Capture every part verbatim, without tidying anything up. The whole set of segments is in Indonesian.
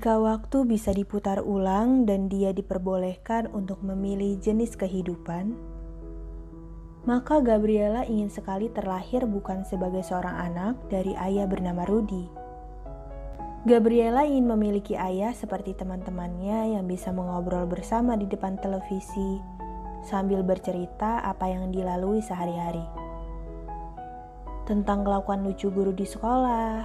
Jika waktu bisa diputar ulang dan dia diperbolehkan untuk memilih jenis kehidupan, maka Gabriela ingin sekali terlahir bukan sebagai seorang anak dari ayah bernama Rudy. Gabriela ingin memiliki ayah seperti teman-temannya yang bisa mengobrol bersama di depan televisi sambil bercerita apa yang dilalui sehari-hari. Tentang kelakuan lucu guru di sekolah,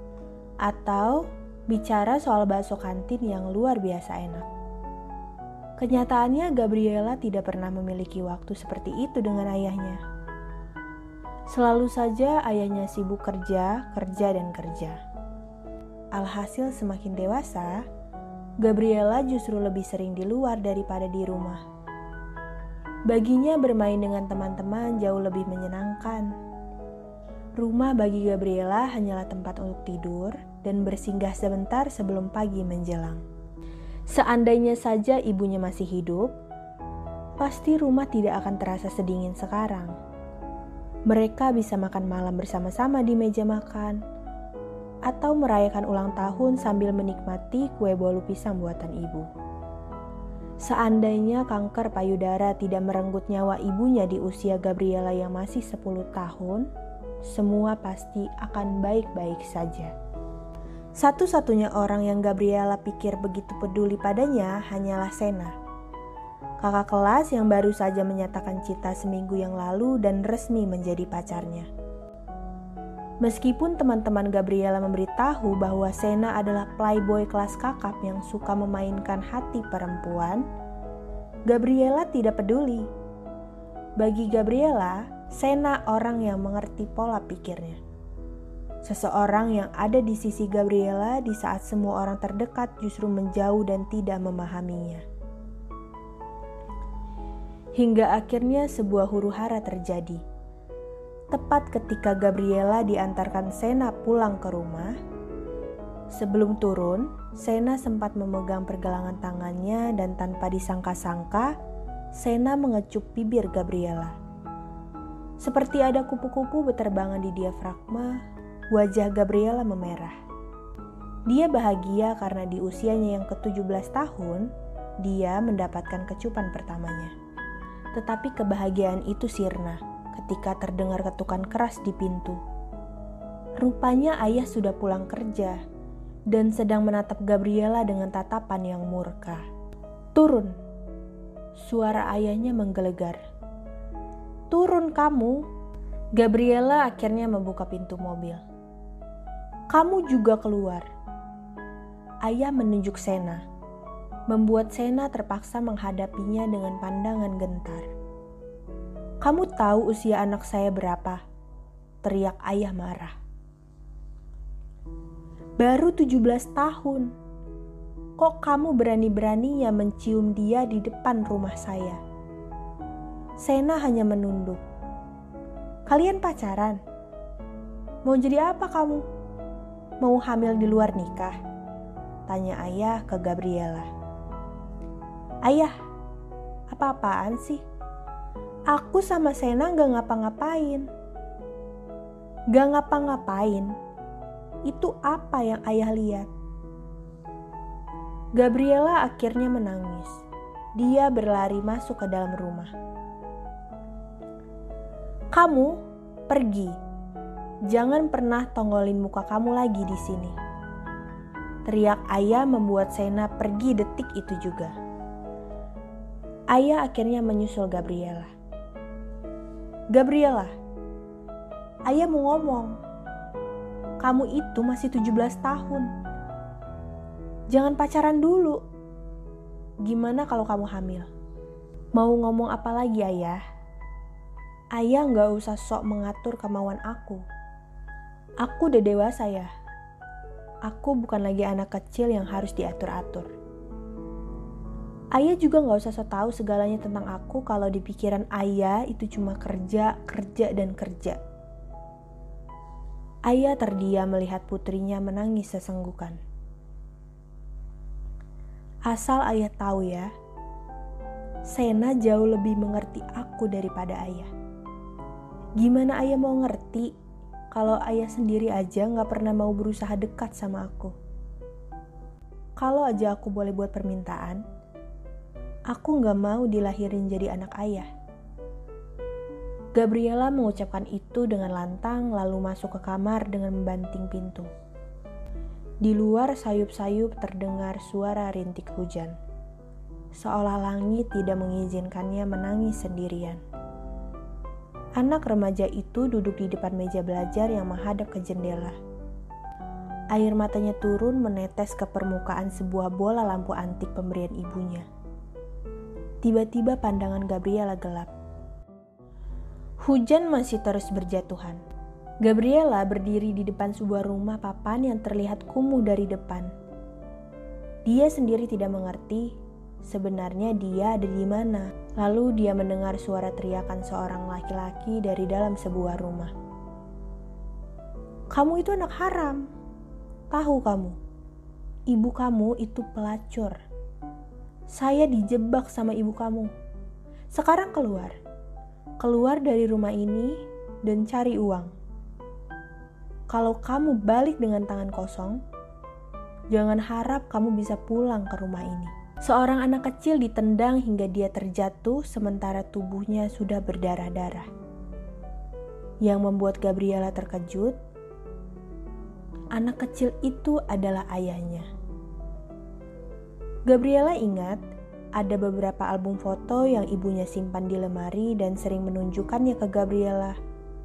atau bicara soal bakso kantin yang luar biasa enak. Kenyataannya Gabriela tidak pernah memiliki waktu seperti itu dengan ayahnya. Selalu saja ayahnya sibuk kerja, kerja, dan kerja. Alhasil semakin dewasa, Gabriela justru lebih sering di luar daripada di rumah. Baginya bermain dengan teman-teman jauh lebih menyenangkan. Rumah bagi Gabriela hanyalah tempat untuk tidur dan bersinggah sebentar sebelum pagi menjelang. Seandainya saja ibunya masih hidup, pasti rumah tidak akan terasa sedingin sekarang. Mereka bisa makan malam bersama-sama di meja makan, atau merayakan ulang tahun sambil menikmati kue bolu pisang buatan ibu. Seandainya kanker payudara tidak merenggut nyawa ibunya di usia Gabriela yang masih sepuluh tahun, semua pasti akan baik-baik saja. Satu-satunya orang yang Gabriela pikir begitu peduli padanya hanyalah Sena, kakak kelas yang baru saja menyatakan cinta seminggu yang lalu dan resmi menjadi pacarnya. Meskipun teman-teman Gabriela memberitahu bahwa Sena adalah playboy kelas kakap yang suka memainkan hati perempuan, Gabriela tidak peduli. Bagi Gabriela, Sena orang yang mengerti pola pikirnya. Seseorang yang ada di sisi Gabriela di saat semua orang terdekat justru menjauh dan tidak memahaminya. Hingga akhirnya sebuah huru-hara terjadi. Tepat ketika Gabriela diantarkan Sena pulang ke rumah, sebelum turun, Sena sempat memegang pergelangan tangannya dan tanpa disangka-sangka, Sena mengecup bibir Gabriela. Seperti ada kupu-kupu berterbangan di diafragma, wajah Gabriela memerah. Dia bahagia karena di usianya yang ketujuh belas tahun, dia mendapatkan kecupan pertamanya. Tetapi kebahagiaan itu sirna ketika terdengar ketukan keras di pintu. Rupanya ayah sudah pulang kerja dan sedang menatap Gabriela dengan tatapan yang murka. "Turun!" Suara ayahnya menggelegar. "Turun kamu!" Gabriela akhirnya membuka pintu mobil. "Kamu juga keluar." Ayah menunjuk Sena, membuat Sena terpaksa menghadapinya dengan pandangan gentar. "Kamu tahu usia anak saya berapa?" teriak ayah marah. "Baru tujuh belas tahun. Kok kamu berani-beraninya mencium dia di depan rumah saya?" Sena hanya menunduk. "Kalian pacaran? Mau jadi apa kamu? Mau hamil di luar nikah?" tanya ayah ke Gabriela. "Ayah, apa-apaan sih? Aku sama Sena gak ngapa-ngapain." "Gak ngapa-ngapain? Itu apa yang ayah lihat?" Gabriela akhirnya menangis. Dia berlari masuk ke dalam rumah. "Kamu pergi. Jangan pernah tonggolin muka kamu lagi di sini." Teriak ayah membuat Sena pergi detik itu juga. Ayah akhirnya menyusul Gabriela. "Gabriela, ayah mau ngomong. Kamu itu masih tujuh belas tahun. Jangan pacaran dulu. Gimana kalau kamu hamil?" "Mau ngomong apa lagi ayah? Ayah gak usah sok mengatur kemauan aku. Aku udah dewasa ya. Aku bukan lagi anak kecil yang harus diatur-atur." Ayah juga gak usah sok tahu segalanya tentang aku kalau di pikiran ayah itu cuma kerja, kerja, dan kerja. Ayah terdiam melihat putrinya menangis sesenggukan. "Asal ayah tahu ya, Sena jauh lebih mengerti aku daripada ayah. Gimana ayah mau ngerti kalau ayah sendiri aja gak pernah mau berusaha dekat sama aku?" Kalau aja aku boleh buat permintaan, aku gak mau dilahirin jadi anak ayah. Gabriela mengucapkan itu dengan lantang lalu masuk ke kamar dengan membanting pintu. Di luar sayup-sayup terdengar suara rintik hujan. Seolah langit tidak mengizinkannya menangis sendirian. Anak remaja itu duduk di depan meja belajar yang menghadap ke jendela. Air matanya turun menetes ke permukaan sebuah bola lampu antik pemberian ibunya. Tiba-tiba pandangan Gabriela gelap. Hujan masih terus berjatuhan. Gabriela berdiri di depan sebuah rumah papan yang terlihat kumuh dari depan. Dia sendiri tidak mengerti sebenarnya dia ada di mana. Lalu dia mendengar suara teriakan seorang laki-laki dari dalam sebuah rumah. Kamu itu anak haram. Tahu kamu, ibu kamu itu pelacur. Saya dijebak sama ibu kamu. Sekarang keluar. Keluar dari rumah ini dan cari uang. Kalau kamu balik dengan tangan kosong, jangan harap kamu bisa pulang ke rumah ini. Seorang anak kecil ditendang hingga dia terjatuh sementara tubuhnya sudah berdarah-darah. Yang membuat Gabriela terkejut, anak kecil itu adalah ayahnya. Gabriela ingat ada beberapa album foto yang ibunya simpan di lemari dan sering menunjukkannya ke Gabriela.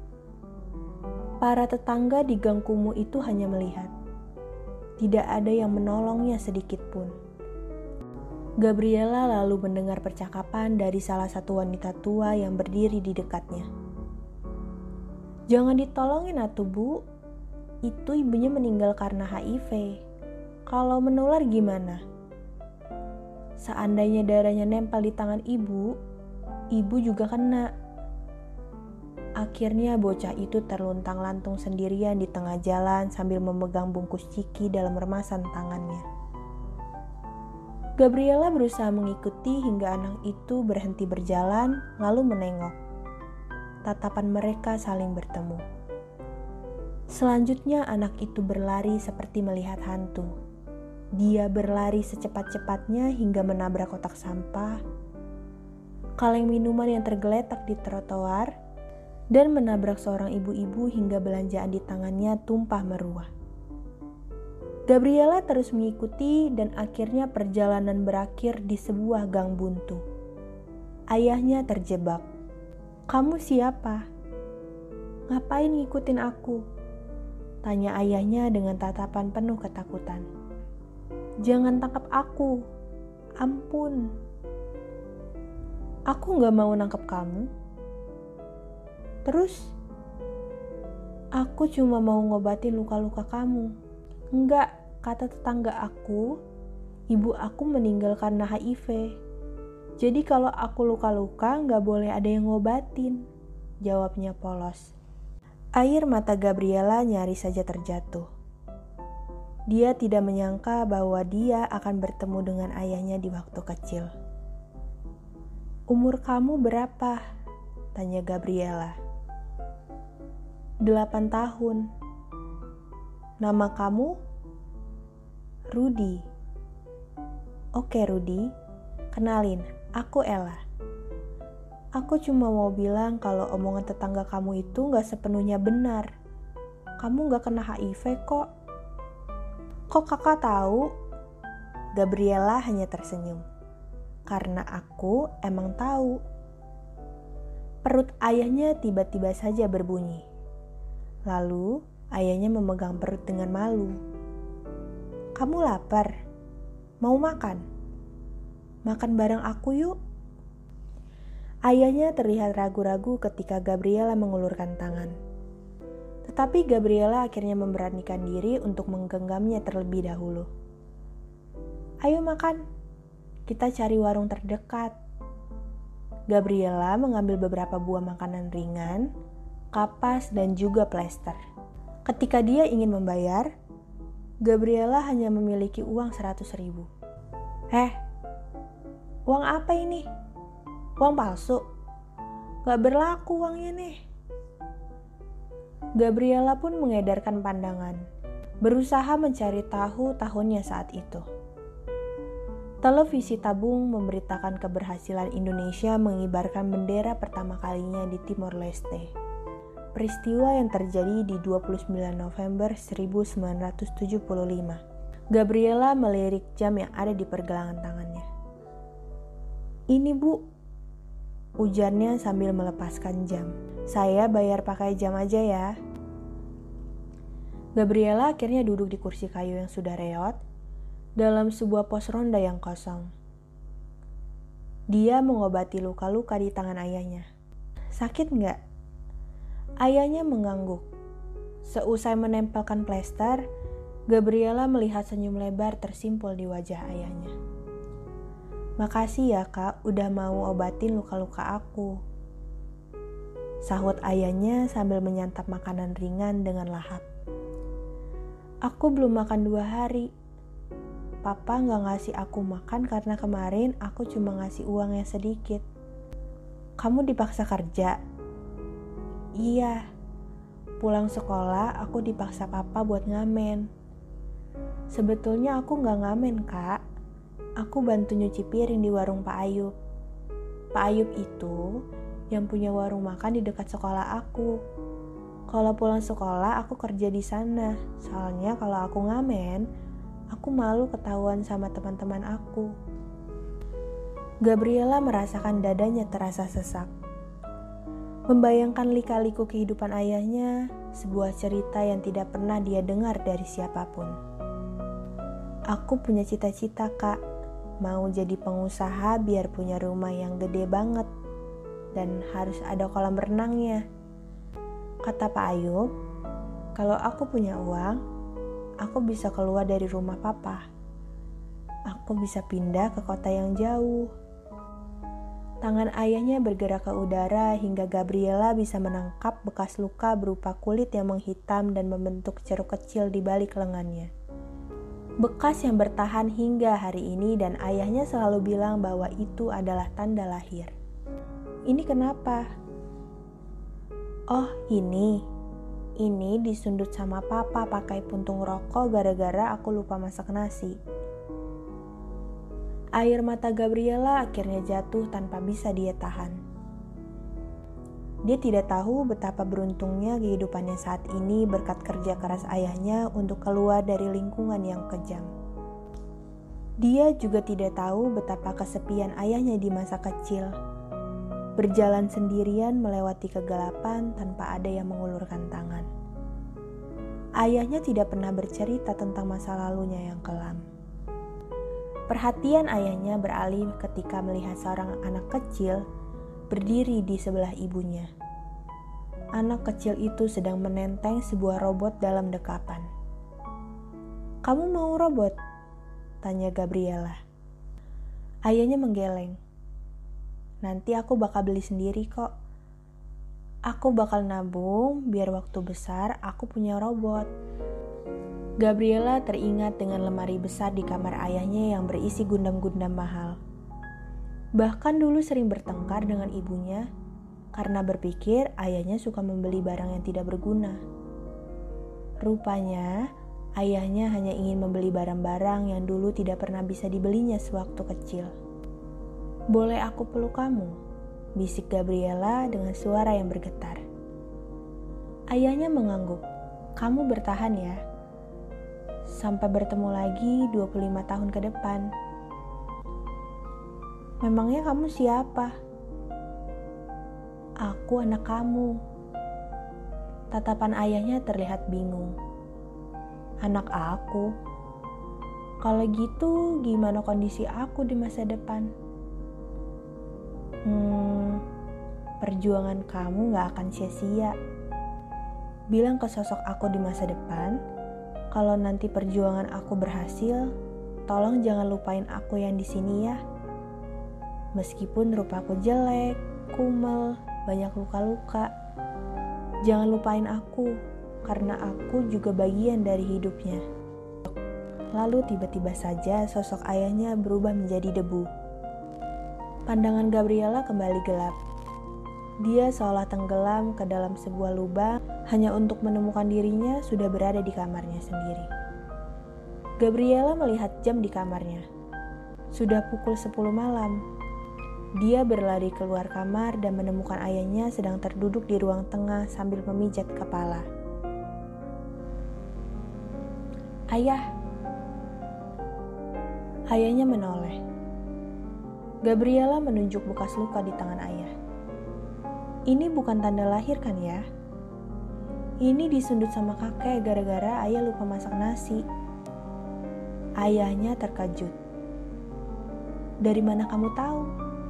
Para tetangga di gang kumuh itu hanya melihat. Tidak ada yang menolongnya sedikit pun. Gabriela lalu mendengar percakapan dari salah satu wanita tua yang berdiri di dekatnya. Jangan ditolongin atuh bu, itu ibunya meninggal karena H I V. Kalau menular gimana? Seandainya darahnya nempel di tangan ibu, ibu juga kena. Akhirnya bocah itu terluntang-lantung sendirian di tengah jalan sambil memegang bungkus ciki dalam remasan tangannya. Gabriela berusaha mengikuti hingga anak itu berhenti berjalan lalu menengok. Tatapan mereka saling bertemu. Selanjutnya anak itu berlari seperti melihat hantu. Dia berlari secepat-cepatnya hingga menabrak kotak sampah, kaleng minuman yang tergeletak di trotoar, dan menabrak seorang ibu-ibu hingga belanjaan di tangannya tumpah meruah. Gabriela terus mengikuti dan akhirnya perjalanan berakhir di sebuah gang buntu. Ayahnya terjebak. Kamu siapa? Ngapain ngikutin aku? Tanya ayahnya dengan tatapan penuh ketakutan. Jangan tangkap aku. Ampun. Aku gak mau nangkep kamu. Terus? Aku cuma mau ngobatin luka-luka kamu. Enggak, kata tetangga aku, ibu aku meninggal karena H I V. Jadi kalau aku luka-luka gak boleh ada yang ngobatin, jawabnya polos. Air mata Gabriela nyaris saja terjatuh. Dia tidak menyangka bahwa dia akan bertemu dengan ayahnya di waktu kecil. Umur kamu berapa? Tanya Gabriela. Delapan tahun. Nama kamu? Rudy. Oke Rudy, kenalin, aku Ella. Aku cuma mau bilang kalau omongan tetangga kamu itu gak sepenuhnya benar. Kamu gak kena H I V kok. Kok kakak tahu? Gabriela hanya tersenyum. Karena aku emang tahu. Perut ayahnya tiba-tiba saja berbunyi. Lalu ayahnya memegang perut dengan malu. Kamu lapar? Mau makan? Makan bareng aku yuk. Ayahnya terlihat ragu-ragu ketika Gabriela mengulurkan tangan. Tetapi Gabriela akhirnya memberanikan diri untuk menggenggamnya terlebih dahulu. Ayo makan. Kita cari warung terdekat. Gabriela mengambil beberapa buah makanan ringan, kapas, dan juga plester. Ketika dia ingin membayar, Gabriela hanya memiliki uang seratus ribu. Eh, uang apa ini? Uang palsu? Gak berlaku uangnya nih. Gabriela pun mengedarkan pandangan, berusaha mencari tahu tahunnya saat itu. Televisi tabung memberitakan keberhasilan Indonesia mengibarkan bendera pertama kalinya di Timor Leste. Peristiwa yang terjadi di dua puluh sembilan November seribu sembilan ratus tujuh puluh lima. Gabriela melirik jam yang ada di pergelangan tangannya. "Ini bu," ujarnya sambil melepaskan jam. "Saya bayar pakai jam aja ya." Gabriela akhirnya duduk di kursi kayu yang sudah reot dalam sebuah pos ronda yang kosong. Dia mengobati luka-luka di tangan ayahnya. "Sakit nggak?" Ayahnya mengangguk. Seusai menempelkan plester, Gabriela melihat senyum lebar tersimpul di wajah ayahnya. "Makasih ya kak, udah mau obatin luka-luka aku," sahut ayahnya sambil menyantap makanan ringan dengan lahap. "Aku belum makan dua hari. Papa gak ngasih aku makan karena kemarin aku cuma ngasih uangnya sedikit." "Kamu dipaksa kerja?" "Iya. Pulang sekolah aku dipaksa papa buat ngamen. Sebetulnya aku gak ngamen kak. Aku bantu nyuci piring di warung Pak Ayub. Pak Ayub itu yang punya warung makan di dekat sekolah aku. Kalau pulang sekolah aku kerja di sana. Soalnya kalau aku ngamen, aku malu ketahuan sama teman-teman aku." Gabriela merasakan dadanya terasa sesak. Membayangkan lika-liku kehidupan ayahnya, sebuah cerita yang tidak pernah dia dengar dari siapapun. "Aku punya cita-cita kak, mau jadi pengusaha biar punya rumah yang gede banget dan harus ada kolam renangnya. Kata Pak Ayub, kalau aku punya uang, aku bisa keluar dari rumah papa. Aku bisa pindah ke kota yang jauh." Tangan ayahnya bergerak ke udara hingga Gabriela bisa menangkap bekas luka berupa kulit yang menghitam dan membentuk ceruk kecil di balik lengannya. Bekas yang bertahan hingga hari ini dan ayahnya selalu bilang bahwa itu adalah tanda lahir. "Ini kenapa?" "Oh ini, ini disundut sama papa pakai puntung rokok gara-gara aku lupa masak nasi." Air mata Gabriela akhirnya jatuh tanpa bisa dia tahan. Dia tidak tahu betapa beruntungnya kehidupannya saat ini berkat kerja keras ayahnya untuk keluar dari lingkungan yang kejam. Dia juga tidak tahu betapa kesepian ayahnya di masa kecil. Berjalan sendirian melewati kegelapan tanpa ada yang mengulurkan tangan. Ayahnya tidak pernah bercerita tentang masa lalunya yang kelam. Perhatian ayahnya beralih ketika melihat seorang anak kecil berdiri di sebelah ibunya. Anak kecil itu sedang menenteng sebuah robot dalam dekapan. "Kamu mau robot?" tanya Gabriela. Ayahnya menggeleng. "Nanti aku bakal beli sendiri kok. Aku bakal nabung biar waktu besar aku punya robot." Gabriela teringat dengan lemari besar di kamar ayahnya yang berisi gundam-gundam mahal. Bahkan dulu sering bertengkar dengan ibunya karena berpikir ayahnya suka membeli barang yang tidak berguna. Rupanya, ayahnya hanya ingin membeli barang-barang yang dulu tidak pernah bisa dibelinya sewaktu kecil. "Boleh aku peluk kamu?" bisik Gabriela dengan suara yang bergetar. Ayahnya mengangguk. "Kamu bertahan ya. Sampai bertemu lagi dua puluh lima tahun ke depan." "Memangnya kamu siapa?" "Aku anak kamu." Tatapan ayahnya terlihat bingung. "Anak aku? Kalau gitu gimana kondisi aku di masa depan?" Hmm, perjuangan kamu gak akan sia-sia. Bilang ke sosok aku di masa depan, kalau nanti perjuangan aku berhasil, tolong jangan lupain aku yang di sini ya. Meskipun rupaku jelek, kumel, banyak luka-luka, jangan lupain aku, karena aku juga bagian dari hidupnya. Lalu tiba-tiba saja sosok ayahnya berubah menjadi debu. Pandangan Gabriela kembali gelap. Dia seolah tenggelam ke dalam sebuah lubang hanya untuk menemukan dirinya sudah berada di kamarnya sendiri. Gabriela melihat jam di kamarnya. Sudah pukul sepuluh malam. Dia berlari keluar kamar dan menemukan ayahnya sedang terduduk di ruang tengah sambil memijat kepala. "Ayah!" Ayahnya menoleh. Gabriela menunjuk bekas luka di tangan ayah. "Ini bukan tanda lahir kan ya? Ini disundut sama kakek gara-gara ayah lupa masak nasi." Ayahnya terkejut. "Dari mana kamu tahu?"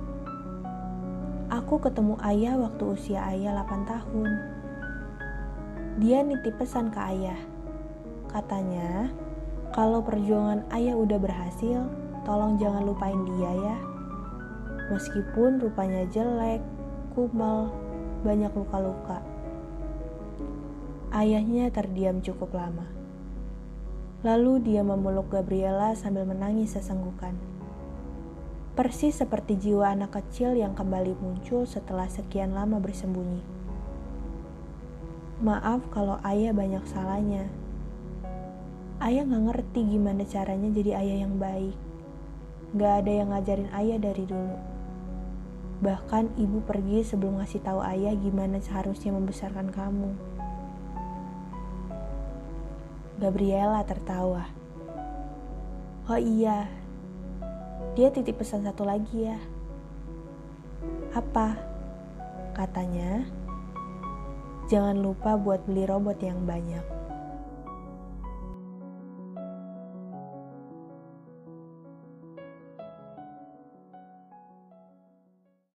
"Aku ketemu ayah waktu usia ayah delapan tahun. Dia nitip pesan ke ayah. Katanya, kalau perjuangan ayah udah berhasil, tolong jangan lupain dia ya. Meskipun rupanya jelek, kumal, banyak luka-luka." Ayahnya terdiam cukup lama. Lalu dia memeluk Gabriela sambil menangis sesenggukan. Persis seperti jiwa anak kecil yang kembali muncul setelah sekian lama bersembunyi. "Maaf kalau ayah banyak salahnya. Ayah gak ngerti gimana caranya jadi ayah yang baik. Gak ada yang ngajarin ayah dari dulu. Bahkan ibu pergi sebelum ngasih tahu ayah gimana seharusnya membesarkan kamu." Gabriela tertawa. "Oh iya, dia titip pesan satu lagi ya." "Apa?" Katanya, "Jangan lupa buat beli robot yang banyak."